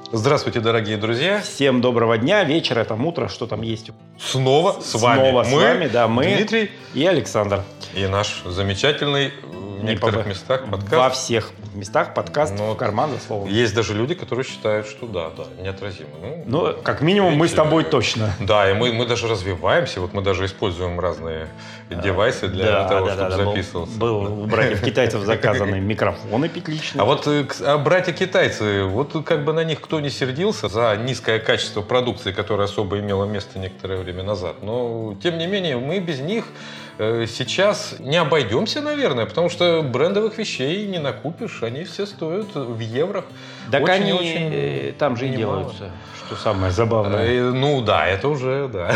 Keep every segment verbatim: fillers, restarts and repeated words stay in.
Здравствуйте, дорогие друзья. Всем доброго дня, вечера, там утро, что там есть. Снова с вами. Снова с мы, вами, да, мы, Дмитрий и Александр. И наш замечательный в некоторых по... местах подкаст. Во всех местах подкаст Но в карман, за словом. Есть даже люди, которые считают, что да, да, неотразимо. Ну, ну как минимум, видите, мы с тобой точно. Да, и мы, мы даже развиваемся, вот мы даже используем разные девайсы для да, того, да, чтобы да, записываться. Был, был у братьев-китайцев заказанные микрофоны петличные. А вот а братья-китайцы, вот как бы на них кто не сердился за низкое качество продукции, которое особо имело место некоторое время назад. Но, тем не менее, мы без них сейчас не обойдемся, наверное, потому что брендовых вещей не накупишь, они все стоят в евро. Так очень, они очень там же и делаются, что самое забавное. Ну да, это уже, да.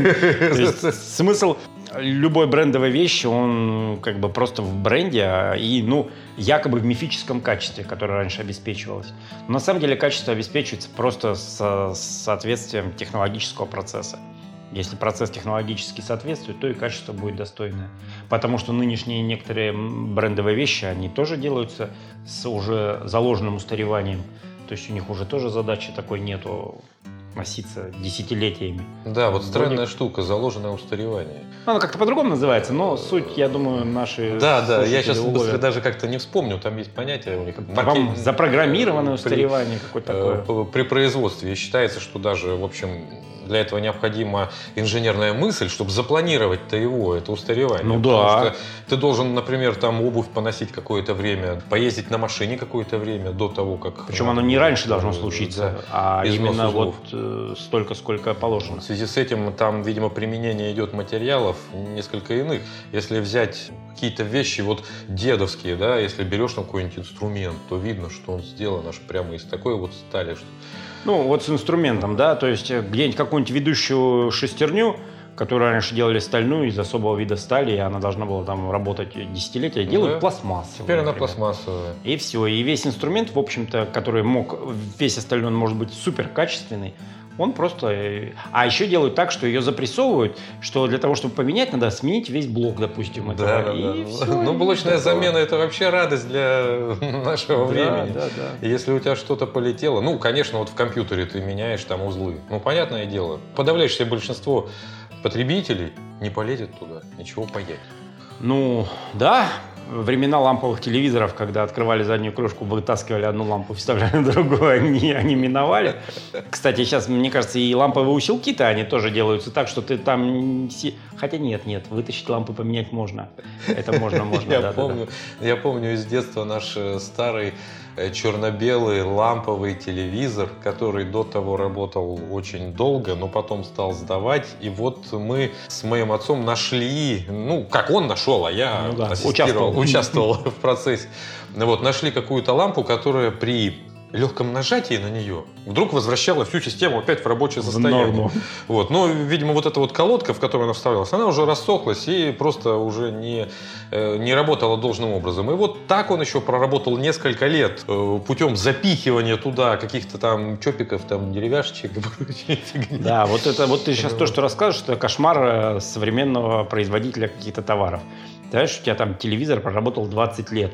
Смысл любой брендовой вещи, он как бы просто в бренде и, ну, якобы в мифическом качестве, которое раньше обеспечивалось. Но на самом деле качество обеспечивается просто с соответствием технологического процесса. Если процесс технологически соответствует, то и качество будет достойное. Потому что нынешние некоторые брендовые вещи, они тоже делаются с уже заложенным устареванием. То есть у них уже тоже задачи такой нету носиться десятилетиями. Да, вот странная Вроде... штука, заложенное устаревание. Оно как-то по-другому называется, но суть, я думаю, наши... Да, да, я сейчас быстро даже как-то не вспомню, там есть понятие у них. Маркет... Запрограммированное устаревание какое-то такое. При производстве считается, что даже, в общем, для этого необходима инженерная мысль, чтобы запланировать-то его, это устаревание. Ну Потому да. что ты должен, например, там обувь поносить какое-то время, поездить на машине какое-то время до того, как... Причем оно не раньше должно случиться, да, а именно узлов. вот э, столько, сколько положено. В связи с этим там, видимо, применение идет материалов несколько иных. Если взять какие-то вещи вот дедовские, да, если берешь там какой-нибудь инструмент, то видно, что он сделан аж прямо из такой вот стали, что... Ну, вот с инструментом, да, то есть где-нибудь какую-нибудь ведущую шестерню, которую раньше делали стальную из особого вида стали, и она должна была там работать десятилетия, делают да. пластмассовую. Теперь она пластмассовая. И все, и весь инструмент, в общем-то, который мог, весь остальной он может быть супер качественный, он просто... А еще делают так, что ее запрессовывают, что для того, чтобы поменять, надо сменить весь блок, допустим, этого. Да, и да. Все, ну, блочная замена – это вообще радость для нашего да, времени. Да, да. Если у тебя что-то полетело, ну, конечно, вот в компьютере ты меняешь там узлы. Ну, понятное дело, подавляющее большинство потребителей не полезет туда, ничего паять. Ну, да. Времена ламповых телевизоров, когда открывали заднюю крышку, вытаскивали одну лампу, вставляли другую, они, они миновали. Кстати, сейчас, мне кажется, и ламповые усилки-то, они тоже делаются так, что ты там... Хотя нет, нет, вытащить лампы поменять можно. Это можно, можно, я да, помню, да, да. Я помню из детства наш старый черно-белый ламповый телевизор, который до того работал очень долго, но потом стал сдавать. И вот мы с моим отцом нашли, ну, как он нашел, а я ну, да. ассистировал, участвовал, участвовал в процессе. Вот, нашли какую-то лампу, которая при легком нажатии на нее вдруг возвращала всю систему опять в рабочее состояние. Вот. Но, видимо, вот эта вот колодка, в которую она вставлялась, она уже рассохлась и просто уже не, не работала должным образом. И вот так он еще проработал несколько лет путем запихивания туда каких-то там чопиков, там, деревяшечек и прочей фигни. Да, вот это вот ты сейчас то, что расскажешь, это кошмар современного производителя каких-то товаров. Ты знаешь, у тебя там телевизор проработал двадцать лет.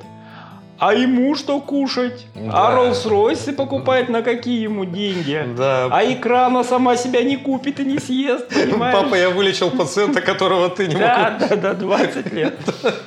А ему что кушать? Да. А Роллс-Ройсы покупать на какие ему деньги? Да. А икра она сама себя не купит и не съест, понимаешь? Папа, я вылечил пациента, которого ты не мог... Да, да, да, двадцать лет.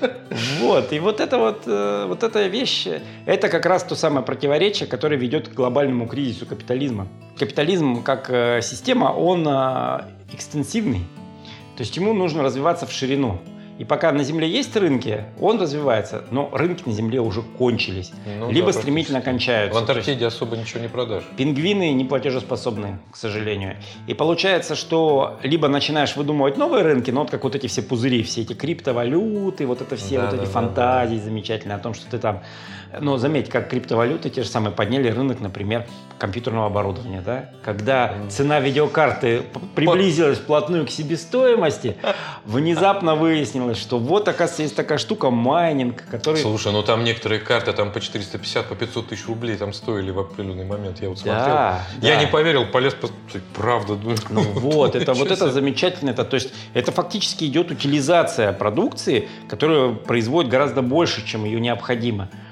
Вот, и вот это вот, вот эта вещь, это как раз то самое противоречие, которое ведет к глобальному кризису капитализма. Капитализм как система, он экстенсивный, то есть ему нужно развиваться в ширину. И пока на Земле есть рынки, он развивается, но рынки на Земле уже кончились, ну, либо да, стремительно кончаются. В Антарктиде особо ничего не продашь. Пингвины не платежеспособны, к сожалению. И получается, что либо начинаешь выдумывать новые рынки, но вот как вот эти все пузыри, все эти криптовалюты, вот это все да, вот да, эти да, фантазии да. замечательные о том, что ты там... Но заметь, как криптовалюты те же самые подняли рынок, например, компьютерного оборудования, да? Когда цена видеокарты приблизилась вплотную к себестоимости, внезапно выяснилось, что вот, оказывается, есть такая штука майнинг, который... Слушай, ну там некоторые карты там по четыреста пятьдесят, по пятьсот тысяч рублей там стоили в определенный момент. Я вот смотрел. Да, я да. не поверил, полез, правда. Ну вот, это вот это замечательно. Это, то есть это фактически идет утилизация продукции, которую производит гораздо больше, чем ее необходимо.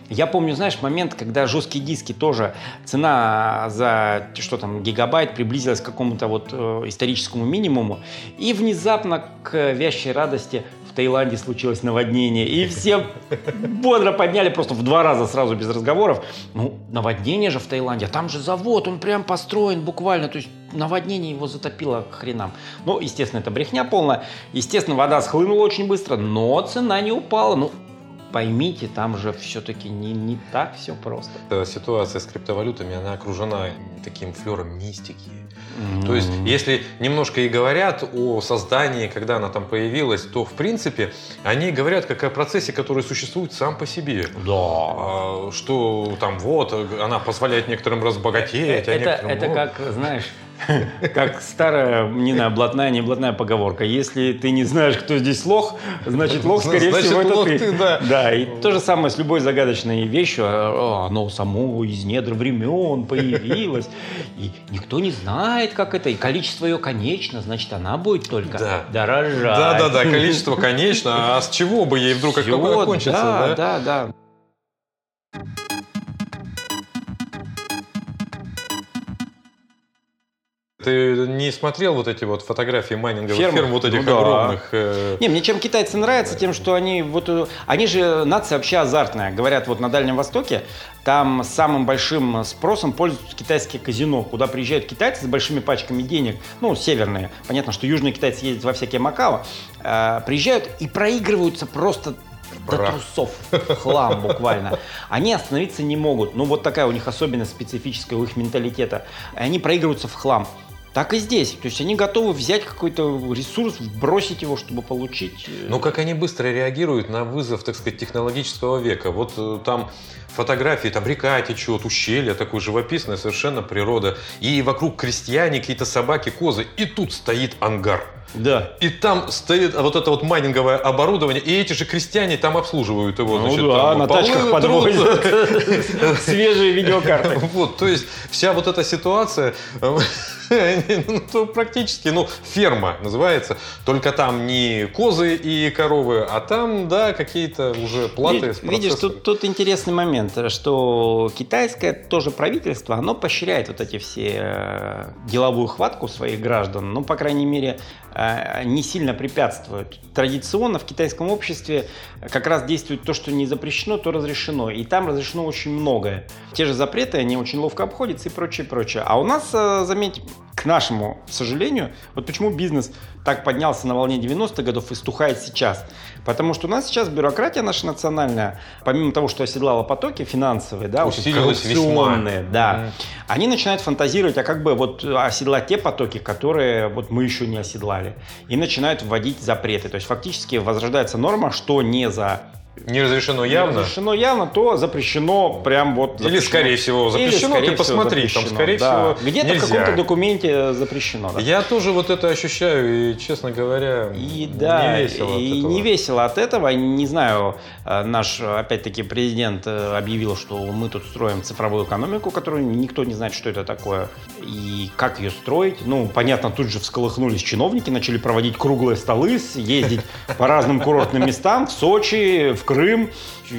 Я помню, знаешь, момент, когда жесткие диски тоже, цена за, что там, гигабайт приблизилась к какому-то вот э, историческому минимуму, и внезапно к вящей радости в Таиланде случилось наводнение, и все бодро подняли просто в два раза сразу без разговоров. Ну, наводнение же в Таиланде, а там же завод, он прям построен буквально, то есть наводнение его затопило к хренам. Ну, естественно, это брехня полная, естественно, вода схлынула очень быстро, но цена не упала, ну, поймите, там же все-таки не, не так все просто. Ситуация с криптовалютами, она окружена таким флером мистики. Mm-hmm. То есть, если немножко и говорят о создании, когда она там появилась, то, в принципе, они говорят как о процессе, который существует сам по себе. Да. А, что там вот, она позволяет некоторым разбогатеть, это, а некоторым... Это как, знаешь... Как старая, не знаю, блатная, не блатная поговорка. Если ты не знаешь, кто здесь лох, значит лох, скорее значит, всего, это лох ты. ты да. Да, и то же самое с любой загадочной вещью. Оно само из недр времен появилось. И никто не знает, как это. И количество ее конечно, значит, она будет только да. дорожать. Да-да-да, количество конечно. А с чего бы ей вдруг как-то кончится? Да, да, да. Ты не смотрел вот эти вот фотографии майнинговых ферм, ферм вот этих ну, огромных? Да. Э... Не, мне чем китайцы нравятся, тем, что они вот, они же нация вообще азартная. Говорят, вот на Дальнем Востоке там самым большим спросом пользуются китайские казино, куда приезжают китайцы с большими пачками денег, ну, северные. Понятно, что южные китайцы ездят во всякие Макао, э, приезжают и проигрываются просто до трусов, хлам буквально. Они остановиться не могут. Ну, вот такая у них особенность специфическая у их менталитета. Они проигрываются в хлам. Так и здесь. То есть они готовы взять какой-то ресурс, бросить его, чтобы получить... Ну, как они быстро реагируют на вызов, так сказать, технологического века. Вот э, там фотографии, там река течет, ущелье, такое живописное совершенно природа. И вокруг крестьяне, какие-то собаки, козы. И тут стоит ангар. Да. И там стоит вот это вот майнинговое оборудование, и эти же крестьяне там обслуживают его. Ну значит, да, там, на тачках подвозят свежие видеокарты. Вот, то есть вся вот эта ситуация, ну, практически, ну, ферма называется, только там не козы и коровы, а там, да, какие-то уже платы. Видишь, тут, тут интересный момент, что китайское тоже правительство, оно поощряет вот эти все деловую хватку своих граждан, ну, по крайней мере, не сильно препятствуют. Традиционно в китайском обществе как раз действует то, что не запрещено, то разрешено. И там разрешено очень многое. Те же запреты, они очень ловко обходятся и прочее, прочее. А у нас, заметь, к нашему сожалению, вот почему бизнес так поднялся на волне девяностых годов и стухает сейчас. Потому что у нас сейчас бюрократия наша национальная, помимо того, что оседлала потоки финансовые, да, усилилась коррупционные, да, mm-hmm. они начинают фантазировать, а как бы вот оседлать те потоки, которые вот мы еще не оседлали. И начинают вводить запреты. То есть фактически возрождается норма, что не за... Не разрешено явно? Не разрешено явно, то запрещено прям вот... Запрещено. Или, скорее всего, запрещено, Или, скорее ты посмотри, всего, там, скорее да. всего, Где-то нельзя. в каком-то документе запрещено. Да. Я тоже вот это ощущаю, и, честно говоря, и, да, не весело и от этого. не весело от этого. Не знаю, наш, опять-таки, президент объявил, что мы тут строим цифровую экономику, которую никто не знает, что это такое, и как ее строить. Ну, понятно, тут же всколыхнулись чиновники, начали проводить круглые столы, ездить по разным курортным местам, в Сочи, в Крым,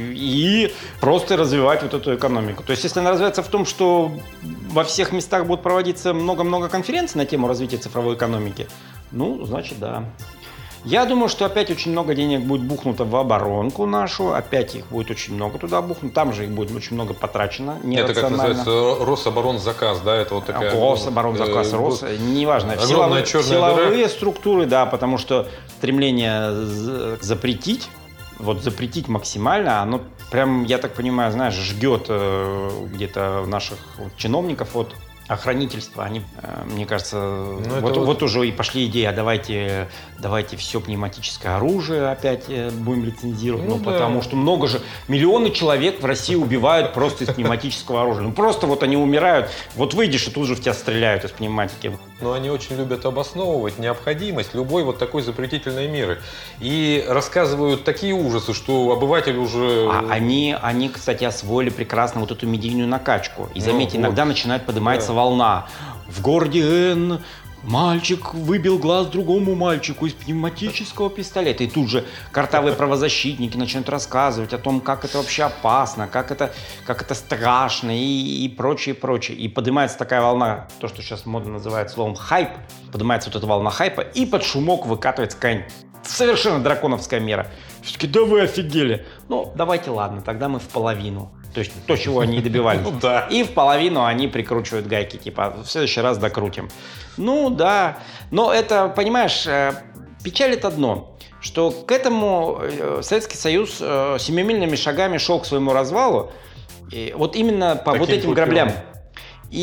и просто развивать вот эту экономику. То есть, если она развивается в том, что во всех местах будут проводиться много-много конференций на тему развития цифровой экономики, ну, значит, да. Я думаю, что опять очень много денег будет бухнуто в оборонку нашу, опять их будет очень много туда бухнуто, там же их будет очень много потрачено. Это как называется Рособоронзаказ, да? Это вот такая... Рособоронзаказ, Рос, неважно. Огромная черная силовые дыра. Структуры, да, потому что стремление запретить, вот запретить максимально, оно прям, я так понимаю, знаешь, жгет э, где-то наших вот, чиновников от охранительства. Они, э, мне кажется, вот, вот... вот уже и пошли идеи, а давайте, давайте все пневматическое оружие опять будем лицензировать, ну, ну да. Потому что много же, миллионы человек в России убивают просто из пневматического оружия. Ну просто вот они умирают, вот выйдешь и тут же в тебя стреляют из пневматики. Но они очень любят обосновывать необходимость любой вот такой запретительной меры. И рассказывают такие ужасы, что обыватель уже... А они, они, кстати, освоили прекрасно вот эту медийную накачку. И заметьте, ну, иногда вот. начинает подниматься да. волна. В городе Н Мальчик выбил глаз другому мальчику из пневматического пистолета. И тут же картавые правозащитники начинают рассказывать о том, как это вообще опасно, как это, как это страшно и, и прочее, прочее. И поднимается такая волна, то, что сейчас модно называют словом хайп, поднимается вот эта волна хайпа, и под шумок выкатывается какая-нибудь совершенно драконовская мера. Все-таки, да вы офигели. Ну, давайте, ладно, тогда мы в половину. То есть то, чего они и добивались. Ну, да. И в половину они прикручивают гайки, типа, в следующий раз докрутим. Ну, да. Но это, понимаешь, печалит одно, что к этому Советский Союз семимильными шагами шел к своему развалу, и вот именно по Таким вот этим путем. граблям. И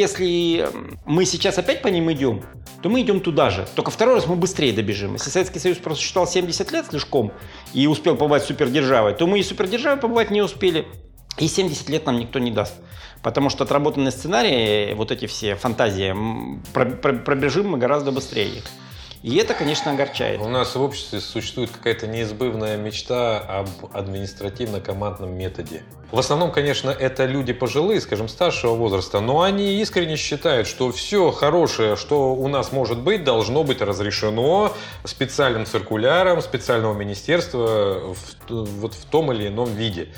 если мы сейчас опять по ним идем, то мы идем туда же. Только второй раз мы быстрее добежим. Если Советский Союз просуществовал семьдесят лет слишком и успел побывать супердержавой, то мы и супердержавой побывать не успели. И семьдесят лет нам никто не даст. Потому что отработанные сценарии, вот эти все фантазии, пробежим мы гораздо быстрее их. И это, конечно, огорчает. У нас в обществе существует какая-то неизбывная мечта об административно-командном методе. В основном, конечно, это люди пожилые, скажем, старшего возраста, но они искренне считают, что все хорошее, что у нас может быть, должно быть разрешено специальным циркуляром специального министерства в, вот в том или ином виде.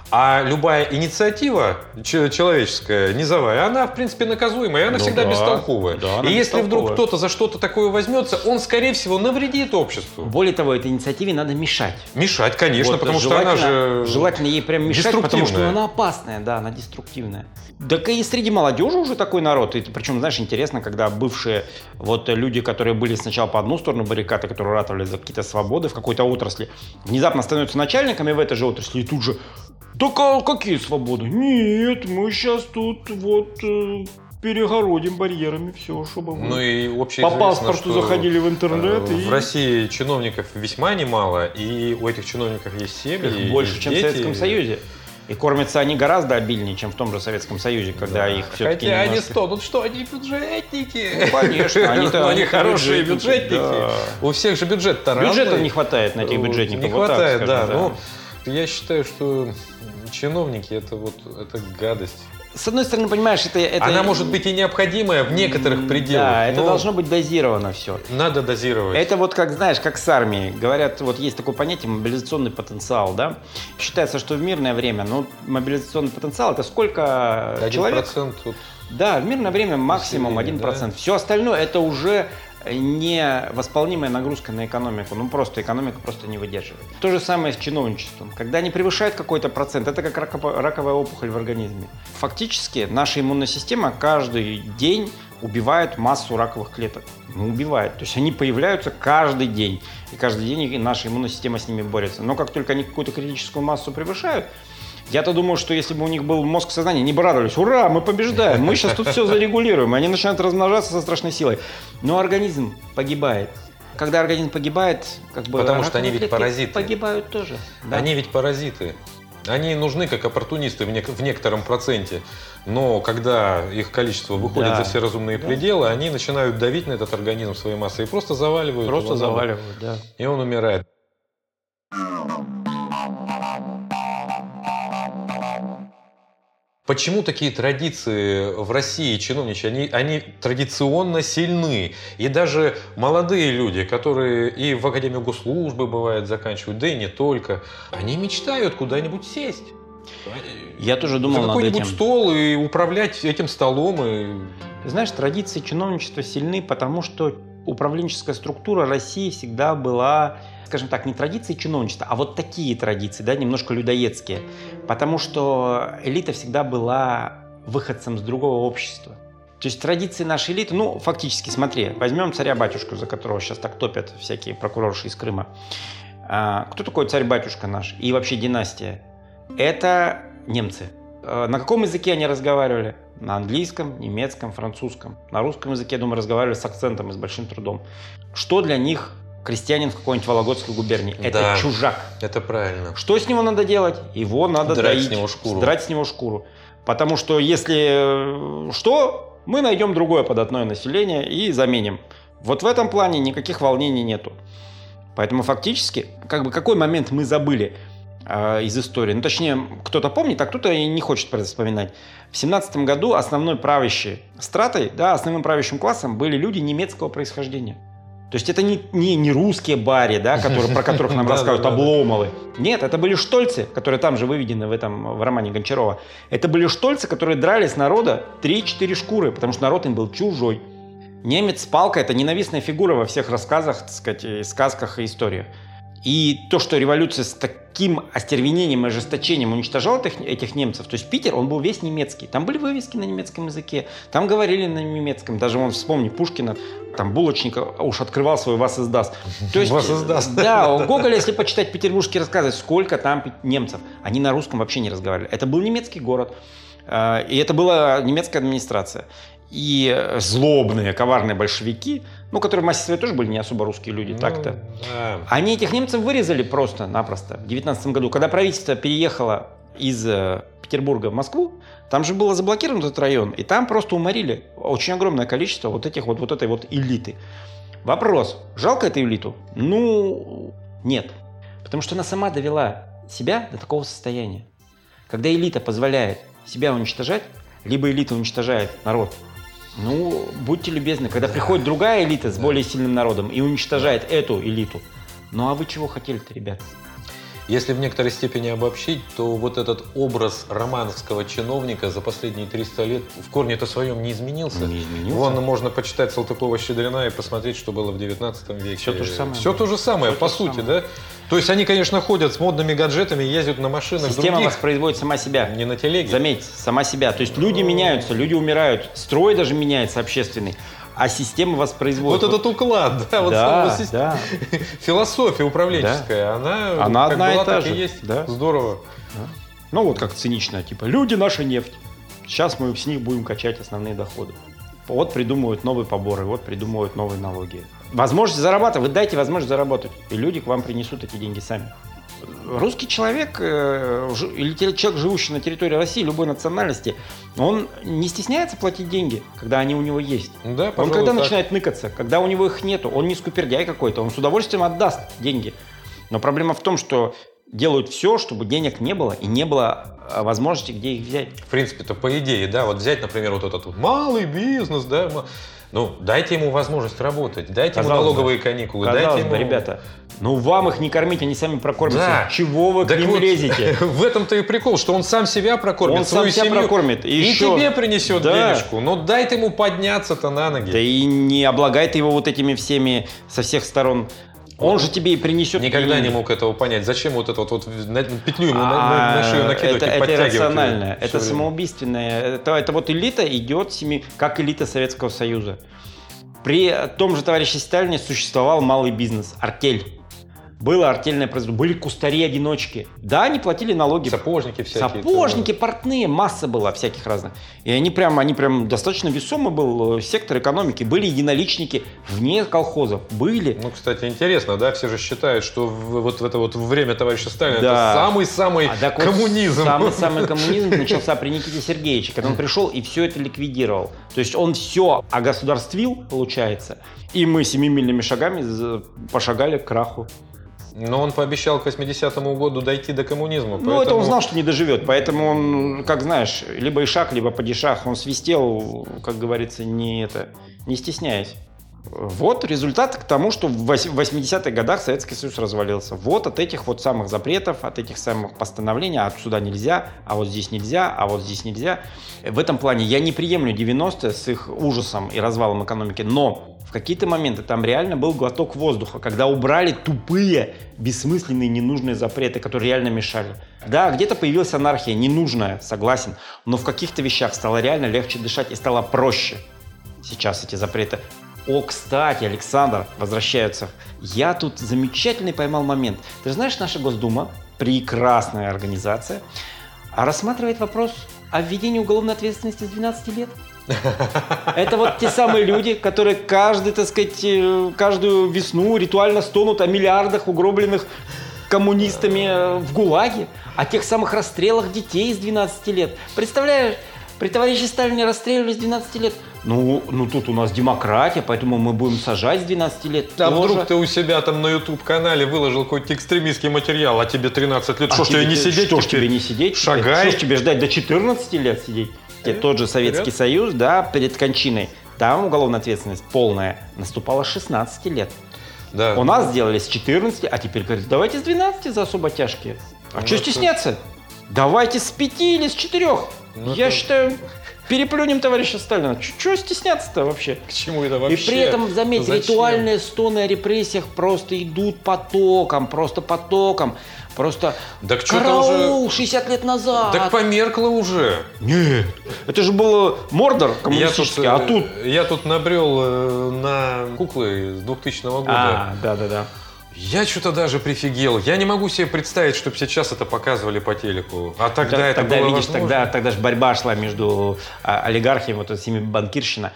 А любая инициатива человеческая, низовая, она, в принципе, наказуемая, и она ну всегда да, бестолковая. Да, и если вдруг кто-то за что-то такое возьмется, он, скорее всего, навредит обществу. Более того, этой инициативе надо мешать. Мешать, конечно, вот, потому что она же желательно ей прям мешать, потому что она опасная, да, она деструктивная. Так и среди молодежи уже такой народ. И, причем, знаешь, интересно, когда бывшие вот люди, которые были сначала по одну сторону баррикады, которые ратовали за какие-то свободы в какой-то отрасли, внезапно становятся начальниками в этой же отрасли, и тут же так а какие свободы? Нет, мы сейчас тут вот э, перегородим барьерами все, чтобы мы ну и по паспорту заходили в интернет. В и... России чиновников весьма немало, и у этих чиновников есть семьи. Их больше, чем дети. В Советском Союзе. И кормятся они гораздо обильнее, чем в том же Советском Союзе, когда да. их все-таки Хотя немножко... они стонут, что они бюджетники. Ну, конечно, они-то они хорошие бюджетники. Да. У всех же бюджет-то разный. Бюджета не хватает на этих бюджетников. Не вот хватает, так, да. скажем, да. Ну, я считаю, что чиновники это вот это гадость. С одной стороны, понимаешь, это, это... Она может быть и необходимая в некоторых пределах. Да, это должно быть дозировано все. Надо дозировать. Это вот как, знаешь, как с армией. Говорят, вот есть такое понятие мобилизационный потенциал, да? Считается, что в мирное время, ну, мобилизационный потенциал, это сколько один человек? процент тут. Да, в мирное время максимум один процент. Да? Все остальное это уже не восполнимая нагрузка на экономику. Ну, просто экономика просто не выдерживает. То же самое с чиновничеством. Когда они превышают какой-то процент, это как раковая опухоль в организме. Фактически наша иммунная система каждый день убивает массу раковых клеток. Ну, убивает. То есть они появляются каждый день. И каждый день наша иммунная система с ними борется. Но как только они какую-то критическую массу превышают, я-то думаю, что если бы у них был мозг сознания, они бы радовались. Ура, мы побеждаем, мы сейчас тут все зарегулируем. Они начинают размножаться со страшной силой. Но организм погибает. Когда организм погибает, как бы... Потому что они ведь паразиты. Погибают тоже. Да? Они ведь паразиты. Они нужны как оппортунисты в, нек- в некотором проценте. Но когда их количество выходит да. за все разумные да. пределы, они начинают давить на этот организм своей массой и просто заваливают. Просто заваливают, да. И он умирает. Почему такие традиции в России чиновничьи, они, они традиционно сильны? И даже молодые люди, которые и в Академию госслужбы, бывает, заканчивают, да и не только, они мечтают куда-нибудь сесть. Я тоже думал над этим. какой-нибудь стол и управлять этим столом. И... Ты знаешь, традиции чиновничества сильны, потому что управленческая структура России всегда была... скажем так, не традиции чиновничества, а вот такие традиции, да, немножко людоедские. Потому что элита всегда была выходцем с другого общества. То есть традиции нашей элиты, ну, фактически, смотри, возьмем царя-батюшку, за которого сейчас так топят всякие прокурорши из Крыма. А, кто такой царь-батюшка наш? И вообще династия? Это немцы. А, на каком языке они разговаривали? На английском, немецком, французском. На русском языке, я думаю, разговаривали с акцентом и с большим трудом. Что для них крестьянин в какой-нибудь Вологодской губернии? Это да, чужак. Это правильно. Что с него надо делать? Его надо драть доить, с него шкуру. Драть с него шкуру. Потому что если что, мы найдем другое податное население и заменим. Вот в этом плане никаких волнений нету. Поэтому фактически, как бы какой момент мы забыли? э, из истории. Ну, точнее, кто-то помнит, а кто-то и не хочет про это вспоминать. В семнадцатом году основной правящей стратой, да, основным правящим классом были люди немецкого происхождения. То есть это не, не, не русские бари, да, которые, про которых нам рассказывают, Обломовы. Нет, это были штольцы, которые там же выведены в, этом, в романе Гончарова. Это были штольцы, которые драли с народа три-четыре шкуры, потому что народ им был чужой. Немец с палкой – это ненавистная фигура во всех рассказах, так сказать, сказках и историях. И то, что революция с таким остервенением и ожесточением уничтожала этих, этих немцев, то есть Питер, он был весь немецкий. Там были вывески на немецком языке, там говорили на немецком. Даже вон, вспомни Пушкина, там булочник уж открывал свой «Вас издаст». То есть, «Вас издаст». Да, у Гоголя, если почитать петербургские рассказы, сколько там немцев. Они на русском вообще не разговаривали. Это был немецкий город, и это была немецкая администрация. И злобные, коварные большевики, ну, которые в массе своей тоже были не особо русские люди, ну, так-то. Да. Они этих немцев вырезали просто-напросто в девятнадцатом году. Когда правительство переехало из Петербурга в Москву, там же был заблокирован этот район, и там просто уморили очень огромное количество вот этих вот, вот этой вот элиты. Вопрос, жалко эту элиту? Ну, нет. Потому что она сама довела себя до такого состояния. Когда элита позволяет себя уничтожать, либо элита уничтожает народ, ну, будьте любезны, когда приходит другая элита с более сильным народом и уничтожает эту элиту, ну а вы чего хотели-то, ребята? Если в некоторой степени обобщить, то вот этот образ романовского чиновника за последние триста лет в корне-то своем не изменился. Не изменился. Вон можно почитать Салтыкова-Щедрина и посмотреть, что было в девятнадцатом веке. Все то же самое. Все то же самое, Все по сути, самое. Да? То есть они, конечно, ходят с модными гаджетами, ездят на машинах Система других. воспроизводит сама себя. Не на телеге. Заметьте, сама себя. То есть люди меняются, люди умирают, строй даже меняется общественный. А система воспроизводит. Вот этот уклад, да, вот да, систем... да. Философия управленческая, да. она, она как одна была, и та так же. И есть. Да. Здорово. Да. Ну вот как цинично, типа, люди наша нефть. Сейчас мы с них будем качать основные доходы. Вот придумывают новые поборы, вот придумывают новые налоги. Возможность зарабатывать, вы дайте возможность заработать, и люди к вам принесут эти деньги сами. Русский человек или человек, живущий на территории России, любой национальности, он не стесняется платить деньги, когда они у него есть. Да, он когда так. начинает ныкаться, когда у него их нету, он не скупердяй какой-то, он с удовольствием отдаст деньги. Но проблема в том, что делают все, чтобы денег не было и не было возможности, где их взять. В принципе-то, по идее, да, вот взять, например, вот этот вот малый бизнес, да, ну, дайте ему возможность работать, дайте Казалось ему налоговые бы, каникулы, казалось дайте ему... бы, ребята, ну вам их не кормить, они сами прокормятся. Да. Чего вы так к ним вот, лезете? В этом-то и прикол, что он сам себя прокормит, он свою сам себя семью, прокормит. И, и еще... тебе принесет да. денежку. Но дай ты ему подняться-то на ноги. Да и не облагай ты его вот этими всеми со всех сторон. Он же тебе и принесет. Никогда деньги. не мог этого понять. Зачем вот это вот, вот петлю ему на, на шею накидывать это, и это подтягивать? иррационально, это самоубийственное. Это, это вот элита идет семи, как элита Советского Союза. При том же товарище Сталине существовал малый бизнес, артель. Было артельное производство, были кустари-одиночки. Да, они платили налоги. Сапожники всякие. Сапожники, тоже. Портные, масса была всяких разных. И они прям, они прям достаточно весомый был сектор экономики. Были единоличники вне колхозов, были. Ну, кстати, интересно, да, все же считают, что в, вот в это вот время товарища Сталина да. это самый-самый а, коммунизм. Вот самый-самый коммунизм начался при Никите Сергеевиче, когда он пришел и все это ликвидировал. То есть он все огосударствил, получается, и мы семимильными шагами пошагали к краху. Но он пообещал к восьмидесятому году дойти до коммунизма. Ну, поэтому... это он знал, что не доживет. Поэтому он, как знаешь, либо ишак, либо падишах. Он свистел, как говорится, не, это, не стесняясь. Вот результат к тому, что в восьмидесятых годах Советский Союз развалился. Вот от этих вот самых запретов, от этих самых постановлений, а сюда нельзя, а вот здесь нельзя, а вот здесь нельзя. В этом плане я не приемлю девяностые с их ужасом и развалом экономики, но в какие-то моменты там реально был глоток воздуха, когда убрали тупые, бессмысленные, ненужные запреты, которые реально мешали. Да, где-то появилась анархия, ненужная, согласен, но в каких-то вещах стало реально легче дышать и стало проще. Сейчас эти запреты. О, кстати, Александр, возвращаются. Я тут замечательный поймал момент. Ты же знаешь, наша Госдума, прекрасная организация, рассматривает вопрос о введении уголовной ответственности с двенадцати лет. Это вот те самые люди, которые каждый, так сказать, каждую весну ритуально стонут о миллиардах угробленных коммунистами в ГУЛАГе, о тех самых расстрелах детей с двенадцати лет. Представляешь, При товарище Сталине расстреливали с двенадцати лет. Ну, ну тут у нас демократия, поэтому мы будем сажать с двенадцати лет. А тоже. Вдруг ты у себя там на ютуб-канале выложил какой-то экстремистский материал, а тебе тринадцать лет. А что ж тебе не сидеть? Что ж тебе не сидеть? Шагай. Что ж тебе ждать до четырнадцати лет сидеть? Э? Тот же Советский Вперед? Союз, да, перед кончиной, там уголовная ответственность полная наступала с шестнадцати лет. Да. У нас сделали с четырнадцати, а теперь говорят, давайте с двенадцати за особо тяжкие. А ну, что стесняться? Давайте с пяти или с четырех. Ну, Я это... считаю, переплюнем товарища Сталина. Чего стесняться-то вообще? К чему это вообще? И при этом, заметь, Зачем? ритуальные стоны о репрессиях просто идут потоком, просто потоком. Просто так караул уже... шестьдесят лет назад. Так померкло уже. Нет, это же был Мордор коммунистический, я тут, а тут... Я тут набрел на куклы с двухтысячного года. А, да-да-да. Я что-то даже прифигел. Я не могу себе представить, чтобы сейчас это показывали по телеку. А тогда да, это тогда, было видишь, возможно. Тогда, тогда же борьба шла между а, олигархией, вот этими банкирщина.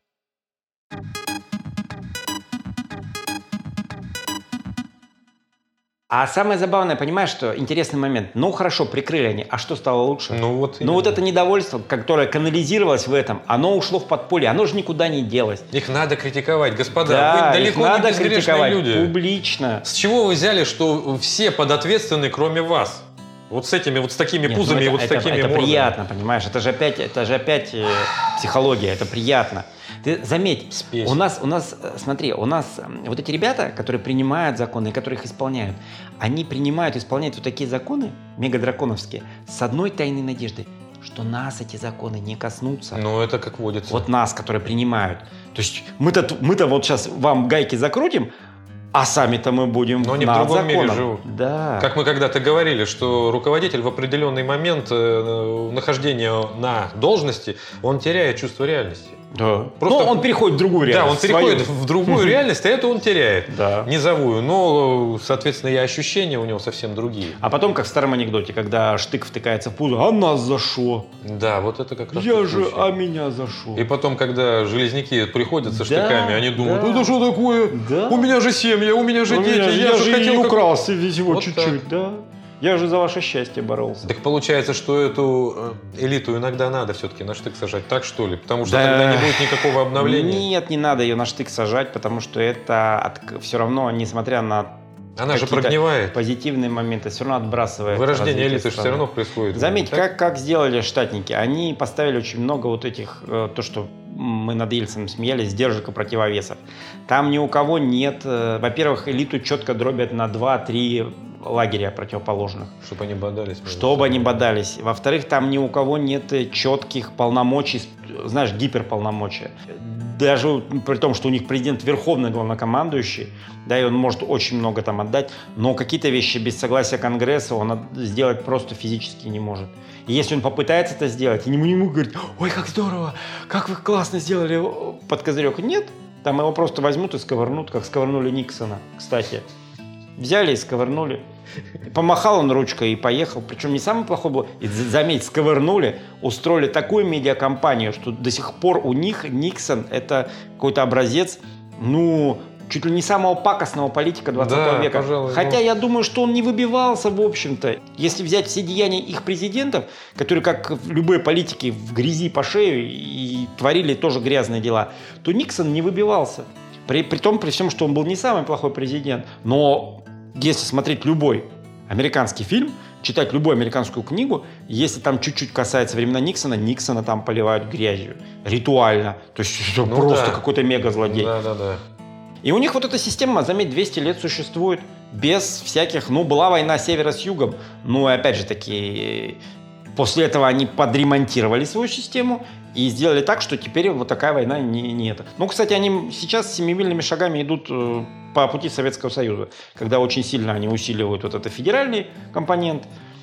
А самое забавное, понимаешь, что интересный момент. Ну, хорошо, прикрыли они. А что стало лучше? Ну, вот, ну, вот это недовольство, которое канализировалось в этом, оно ушло в подполье, оно же никуда не делось. Их надо критиковать, господа. Да, вы далеко их надо не безгрешные критиковать люди. Публично. С чего вы взяли, что все подответственны, кроме вас? Вот с этими, вот с такими Нет, пузами ну, и вот это, с такими это, это мордами. приятно, понимаешь? Это же опять, это же опять э, психология, это приятно. Ты заметь, Спесь. у нас, у нас, смотри, у нас вот эти ребята, которые принимают законы и которые их исполняют, они принимают, исполняют вот такие законы, мегадраконовские, с одной тайной надеждой, что нас эти законы не коснутся. Ну, это как водится. Вот нас, которые принимают. То есть мы-то, мы-то вот сейчас вам гайки закрутим, а сами-то мы будем Но они над в другом законом. мире живут. Да. Как мы когда-то говорили, что руководитель в определенный момент э, нахождения на должности, он теряет чувство реальности. Да. Просто... Но он переходит в другую реальность. Да, он переходит свою. в другую реальность, а это он теряет. Да. Низовую. Но, соответственно, и ощущения у него совсем другие. А потом, как в старом анекдоте, когда штык втыкается в пузо, а нас за шо? Да, вот это как раз Я же, а меня за шо? И потом, когда железняки приходят со штыками, да, они думают, да. это что такое? Да. У меня же семья, у меня же у дети. Меня, я, я же же хотел и как... украл всего вот чуть-чуть, так. да. Я же за ваше счастье боролся. Так получается, что эту элиту иногда надо все-таки на штык сажать, так что ли? Потому что да. тогда не будет никакого обновления. Нет, не надо ее на штык сажать, потому что это от... все равно, несмотря на Она же прогнивает. позитивные моменты, все равно отбрасывает. Вырождение элиты же все равно происходит. Заметь, как, как сделали штатники. Они поставили очень много вот этих, то, что мы над Ельциным смеялись, сдержек и противовесов. Там ни у кого нет, во-первых, элиту четко дробят на два-три лагеря противоположных. Чтобы они бодались. Чтобы они бодались. Во-вторых, там ни у кого нет четких полномочий, знаешь, гиперполномочия. Даже при том, что у них президент верховный главнокомандующий, да, и он может очень много там отдать, но какие-то вещи без согласия Конгресса он сделать просто физически не может. И если он попытается это сделать, и ему не могут говорить, ой, как здорово, как вы классно сделали под козырек. Нет, там его просто возьмут и сковырнут, как сковырнули Никсона, кстати. Взяли и сковырнули. Помахал он ручкой и поехал. Причем не самый плохой был. И, заметь, сковырнули, устроили такую медиакомпанию, что до сих пор у них Никсон – это какой-то образец, ну, чуть ли не самого пакостного политика двадцатого да, века. Пожалуй, Хотя ну... я думаю, что он не выбивался, в общем-то. Если взять все деяния их президентов, которые, как любые политики, в грязи по шею и творили тоже грязные дела, то Никсон не выбивался. При, при том, при всем, что он был не самый плохой президент, но если смотреть любой американский фильм, читать любую американскую книгу, если там чуть-чуть касается времена Никсона, Никсона там поливают грязью. Ритуально. То есть это ну просто да. какой-то мега-злодей. Да, да, да. И у них вот эта система, заметь, двести лет существует без всяких... Ну, была война севера с югом, ну, и опять же таки... После этого они подремонтировали свою систему и сделали так, что теперь вот такая война не, не это. Ну, кстати, они сейчас семимильными шагами идут э, по пути Советского Союза, когда очень сильно они усиливают вот этот федеральный компонент.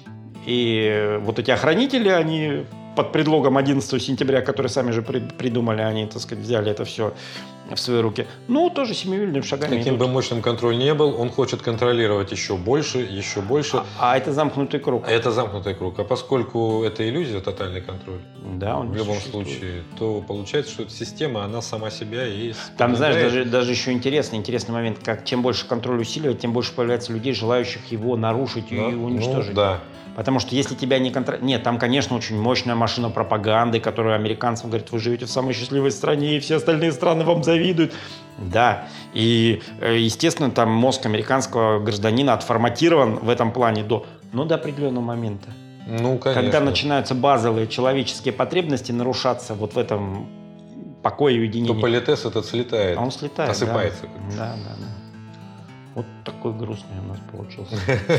И вот эти охранители, они под предлогом одиннадцатого сентября, которые сами же при, придумали, они, так сказать, взяли это все в свои руки. Ну, тоже семимильными шагами Каким идут. бы мощным контроль не был, он хочет контролировать еще больше, еще больше. А, а это замкнутый круг. Это замкнутый круг. А поскольку это иллюзия, тотальный контроль, да, он в любом существует. случае, то получается, что эта система, она сама себя и Там, знаешь, даже, даже еще интересный, интересный момент, как чем больше контроль усиливать, тем больше появляется людей, желающих его нарушить да? и уничтожить. Ну, да. Потому что если тебя не контролируют... Нет, там, конечно, очень мощная машина пропаганды, которая американцам говорит, вы живете в самой счастливой стране, и все остальные страны вам завидуют. Да, и, естественно, там мозг американского гражданина отформатирован в этом плане до, ну, до определенного момента. Ну, конечно. Когда начинаются базовые человеческие потребности нарушаться вот в этом покое и уединении. То политес этот слетает. А он слетает, осыпается. Да, да, да, да. Вот такой грустный у нас получился.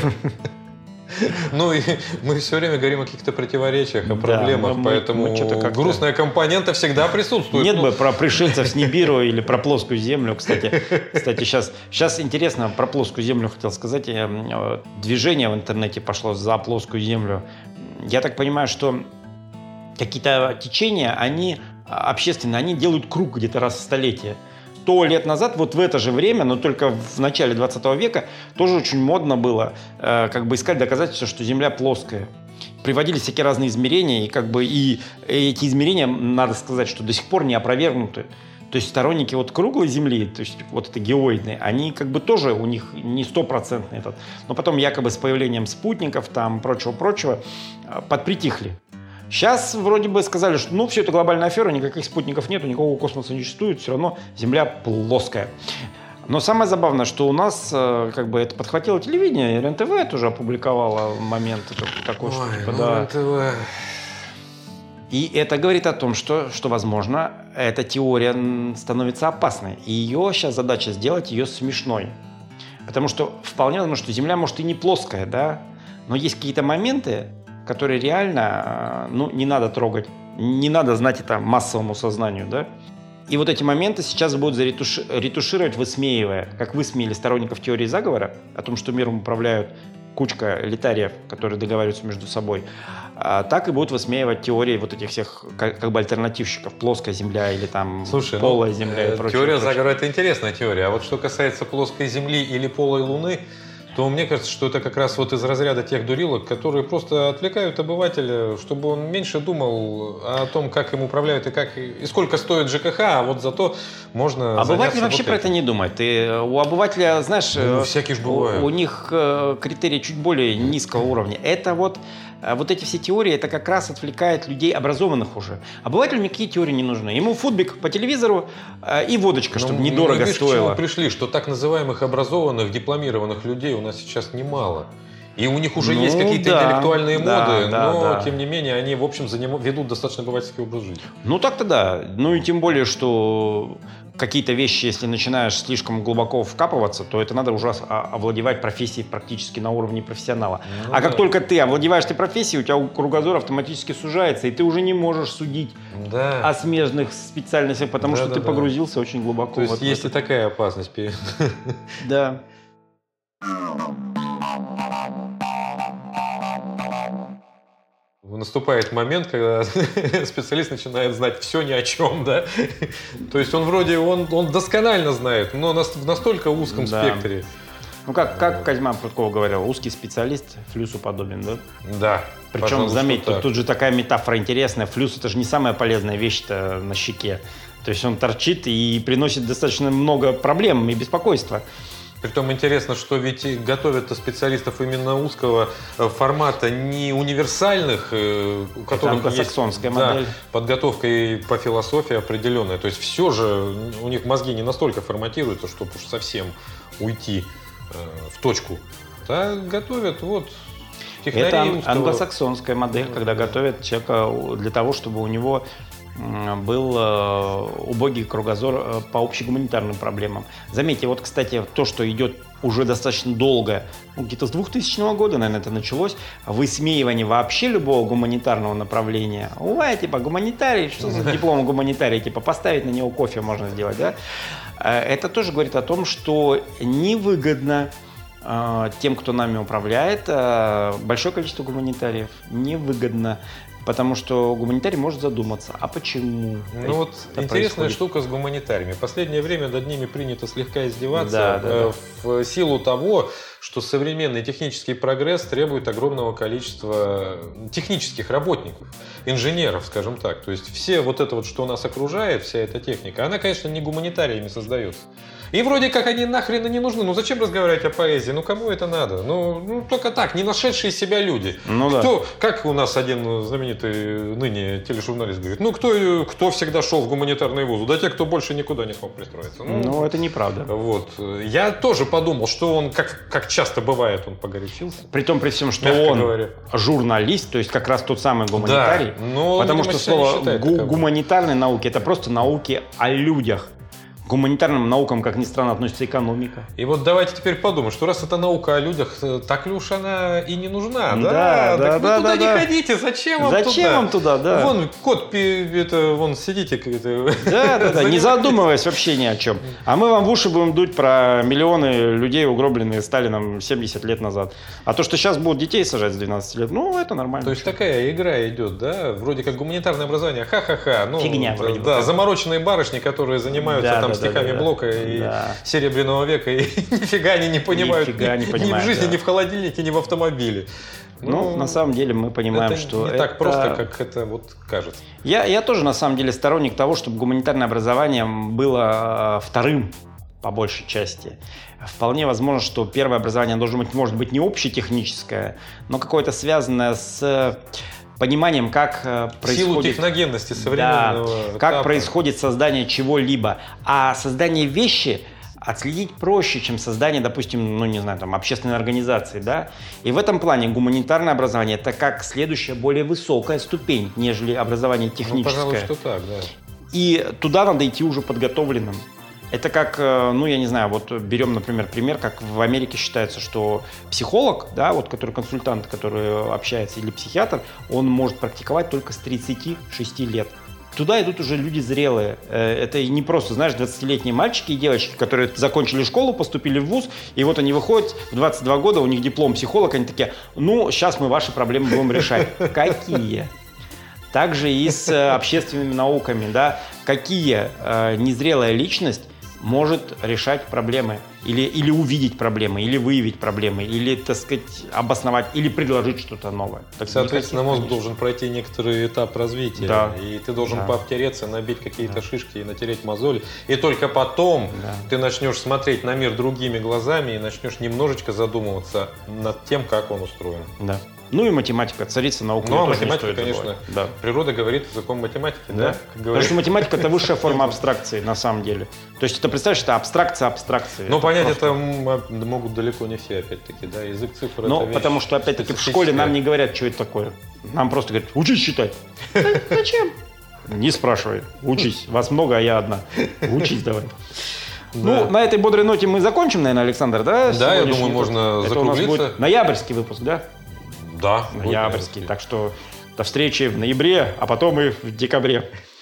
Ну, и мы все время говорим о каких-то противоречиях, о Да, проблемах, мы- поэтому мы что-то как-то- грустная компонента всегда присутствует. Нет Ну, бы про пришельцев с Нибиру или про плоскую землю, кстати. Кстати, сейчас, сейчас интересно, про плоскую землю хотел сказать. Я, э, Движение в интернете пошло за плоскую землю. Я так понимаю, что какие-то течения, они а, общественные, они делают круг где-то раз в столетие. Сто лет назад, вот в это же время, но только в начале двадцатого века, тоже очень модно было э, как бы искать доказательства, что Земля плоская. Приводились всякие разные измерения, и как бы и эти измерения, надо сказать, что до сих пор не опровергнуты. То есть сторонники вот круглой Земли, то есть вот это геоидные, они как бы тоже у них не стопроцентный этот. Но потом якобы с появлением спутников, там прочего-прочего, э, подпритихли. Сейчас вроде бы сказали, что ну все это глобальная афера, никаких спутников нету, никакого космоса не существует, все равно Земля плоская. Но самое забавное, что у нас э, как бы это подхватило телевидение, эр эн тэ вэ тоже опубликовало момент такой, что Ой, типа, ну да. это... И это говорит о том, что, что, возможно, эта теория м, становится опасной. И ее сейчас задача сделать ее смешной. Потому что вполне возможно, что Земля, может, и не плоская, да, но есть какие-то моменты, которые реально, ну, не надо трогать, не надо знать это массовому сознанию, да. И вот эти моменты сейчас будут заретуши- ретушировать, высмеивая, как высмеяли сторонников теории заговора, о том, что миром управляют кучка элитариев, которые договариваются между собой, а так и будут высмеивать теории вот этих всех как, как бы альтернативщиков, плоская Земля или там Слушай, полая ну, Земля и э, прочее. Теория прочее. заговора – это интересная теория. А вот что касается плоской Земли или полой Луны, то мне кажется, что это как раз вот из разряда тех дурилок, которые просто отвлекают обывателя, чтобы он меньше думал о том, как им управляют и, как, и сколько стоит ЖКХ, а вот зато можно Обыватель заняться вообще вот про этим. это не думает. И у обывателя, знаешь, Ну, э, всякие ж у, бывают. у них э, критерии чуть более низкого уровня. Это вот, э, вот эти все теории, это как раз отвлекает людей образованных уже. Обывателю никакие теории не нужны. Ему футбик по телевизору э, и водочка, чтобы Ну, недорого мы, видишь, к чему стоило. пришли, что так называемых образованных, дипломированных людей у нас сейчас немало. И у них уже Ну, есть какие-то да, интеллектуальные да, моды, да, но, да. тем не менее, они, в общем, заним... ведут достаточно обывательский образ жизни. Ну так-то да. Ну и тем более, что какие-то вещи, если начинаешь слишком глубоко вкапываться, то это надо уже о- овладевать профессией практически на уровне профессионала. Ну, а да. как только ты овладеваешь этой профессией, у тебя кругозор автоматически сужается, и ты уже не можешь судить Да. о смежных специальностях, потому Да, что да, ты да. погрузился очень глубоко. То есть вот в есть и это. такая опасность. перед- Да. Наступает момент, когда специалист начинает знать все ни о чем, да? То есть он вроде, он, он досконально знает, но нас- в настолько узком Да. спектре. Ну как, как Козьма Прутков говорил, узкий специалист флюсу подобен, да? Да. Причем, пожалуй, заметь, что тут, так. тут же такая метафора интересная. Флюс – это же не самая полезная вещь-то на щеке. То есть он торчит и приносит достаточно много проблем и беспокойства. Притом интересно, что ведь и готовят специалистов именно узкого э, формата, не универсальных, э, у которых есть англосаксонская да, модель. подготовка и по философии определенная. То есть все же, у них мозги не настолько форматируются, чтобы уж совсем уйти э, в точку. Да, готовят вот технари Это узкого. англосаксонская модель, когда готовят человека для того, чтобы у него м, был э, убогий кругозор э, по общегуманитарным проблемам. Заметьте, вот, кстати, то, что идет уже достаточно долго, ну, где-то с двухтысячного года, наверное, это началось, высмеивание вообще любого гуманитарного направления. Ой, типа, гуманитарий, что за диплом гуманитарий? Типа, поставить на него кофе можно сделать, да? Э, Это тоже говорит о том, что невыгодно э, тем, кто нами управляет, э, большое количество гуманитариев. Невыгодно. Потому что гуманитарий может задуматься, а почему? Ну вот интересная происходит? штука с гуманитариями. В последнее время над ними принято слегка издеваться Да, да, э, да. в силу того, что современный технический прогресс требует огромного количества технических работников, инженеров, скажем так. То есть все вот это вот, что нас окружает, вся эта техника, она, конечно, не гуманитариями создается. И вроде как они нахрен и не нужны. Ну зачем разговаривать о поэзии? Ну кому это надо? Ну, ну только так, не нашедшие себя люди. Ну, кто, да. Как у нас один знаменитый ныне тележурналист говорит, ну кто, кто всегда шел в гуманитарный вуз? Да те, кто больше никуда не смог пристроиться. Ну, Ну, это неправда. Вот. Я тоже подумал, что он, как, как часто бывает, он погорячился. При том, при всем, что Мягко он говоря. журналист, то есть как раз тот самый гуманитарий. Да, но, потому видимо, что себя не слово считает гу- таковым. гуманитарные науки — это просто науки о людях. К гуманитарным наукам, как ни странно, относится экономика. И вот давайте теперь подумаем, что раз это наука о людях, так ли уж она и не нужна, да? Да, да, так да, вы туда да, не да. ходите, зачем вам Зачем туда? вам туда, да? Вон кот, пи- это, вон сидите. Это, Да, да, да, не задумываясь вообще ни о чем. А мы вам в уши будем дуть про миллионы людей, угробленные Сталином семьдесят лет назад. А то, что сейчас будут детей сажать с двенадцати лет, ну, это нормально. То есть такая игра идет, да? Вроде как гуманитарное образование, ха-ха-ха. Ну, Фигня да, вроде бы. Да, замороченные барышни, которые занимаются Да, там да, да, стихами да, да. Блока и Да. Серебряного века, и нифига они не понимают Нифига не ни, понимают, ни в жизни, да. ни в холодильнике, ни в автомобиле. Ну, на самом деле мы понимаем, это что не это... так просто, как это вот кажется. Я, я тоже, на самом деле, сторонник того, чтобы гуманитарное образование было э, вторым, по большей части. Вполне возможно, что первое образование должно быть, может быть, не общетехническое, но какое-то связанное с пониманием, как э, происходит... Силу техногенности современного Да, как этапа. происходит создание чего-либо. А создание вещи отследить проще, чем создание, допустим, ну, не знаю, там, общественной организации, да. И в этом плане гуманитарное образование — это как следующая, более высокая ступень, нежели образование Ну, техническое. пожалуй, что так, да. И туда надо идти уже подготовленным. Это как, э, ну, я не знаю, вот берем, например, пример, как в Америке считается, что психолог, да, вот, который консультант, который общается, или психиатр, он может практиковать только с тридцати шести лет. Туда идут уже люди зрелые. Это не просто, знаешь, двадцатилетние мальчики и девочки, которые закончили школу, поступили в вуз, и вот они выходят в двадцать два года, у них диплом психолог, они такие, ну, сейчас мы ваши проблемы будем решать. Какие? Также и с общественными науками, да. Какие э, незрелая личность может решать проблемы, или, или увидеть проблемы, или выявить проблемы, или, так сказать, обосновать, или предложить что-то новое. Так Соответственно, никаких, мозг конечно. должен пройти некоторый этап развития, Да. и ты должен Да. пообтереться, набить какие-то Да. шишки и натереть мозоли, и только потом Да. ты начнешь смотреть на мир другими глазами и начнешь немножечко задумываться над тем, как он устроен. Да. Ну и математика, царица наук. Ну, а ее тоже не математика, стоит конечно, забывать. Да. природа говорит языком математики, да? Да. Как Потому говорят. что математика — это высшая форма абстракции, на самом деле. То есть, это, представляешь, это абстракция абстракции. Но понять просто- это м, могут далеко не все, опять-таки, да, язык цифр. Ну, это вещь потому что, опять-таки, в школе нам не говорят, что это такое. Нам просто говорят, учись считать. Зачем? Не спрашивай, учись. Вас много, а я одна. Учись давай. Ну, на этой бодрой ноте мы закончим, наверное, Александр, да? Да, я сегодняшний думаю, выпуск? можно Это у нас закруглиться. будет ноябрьский выпуск, да? Да. Ноябрьский. Так что до встречи в ноябре, а потом и в декабре.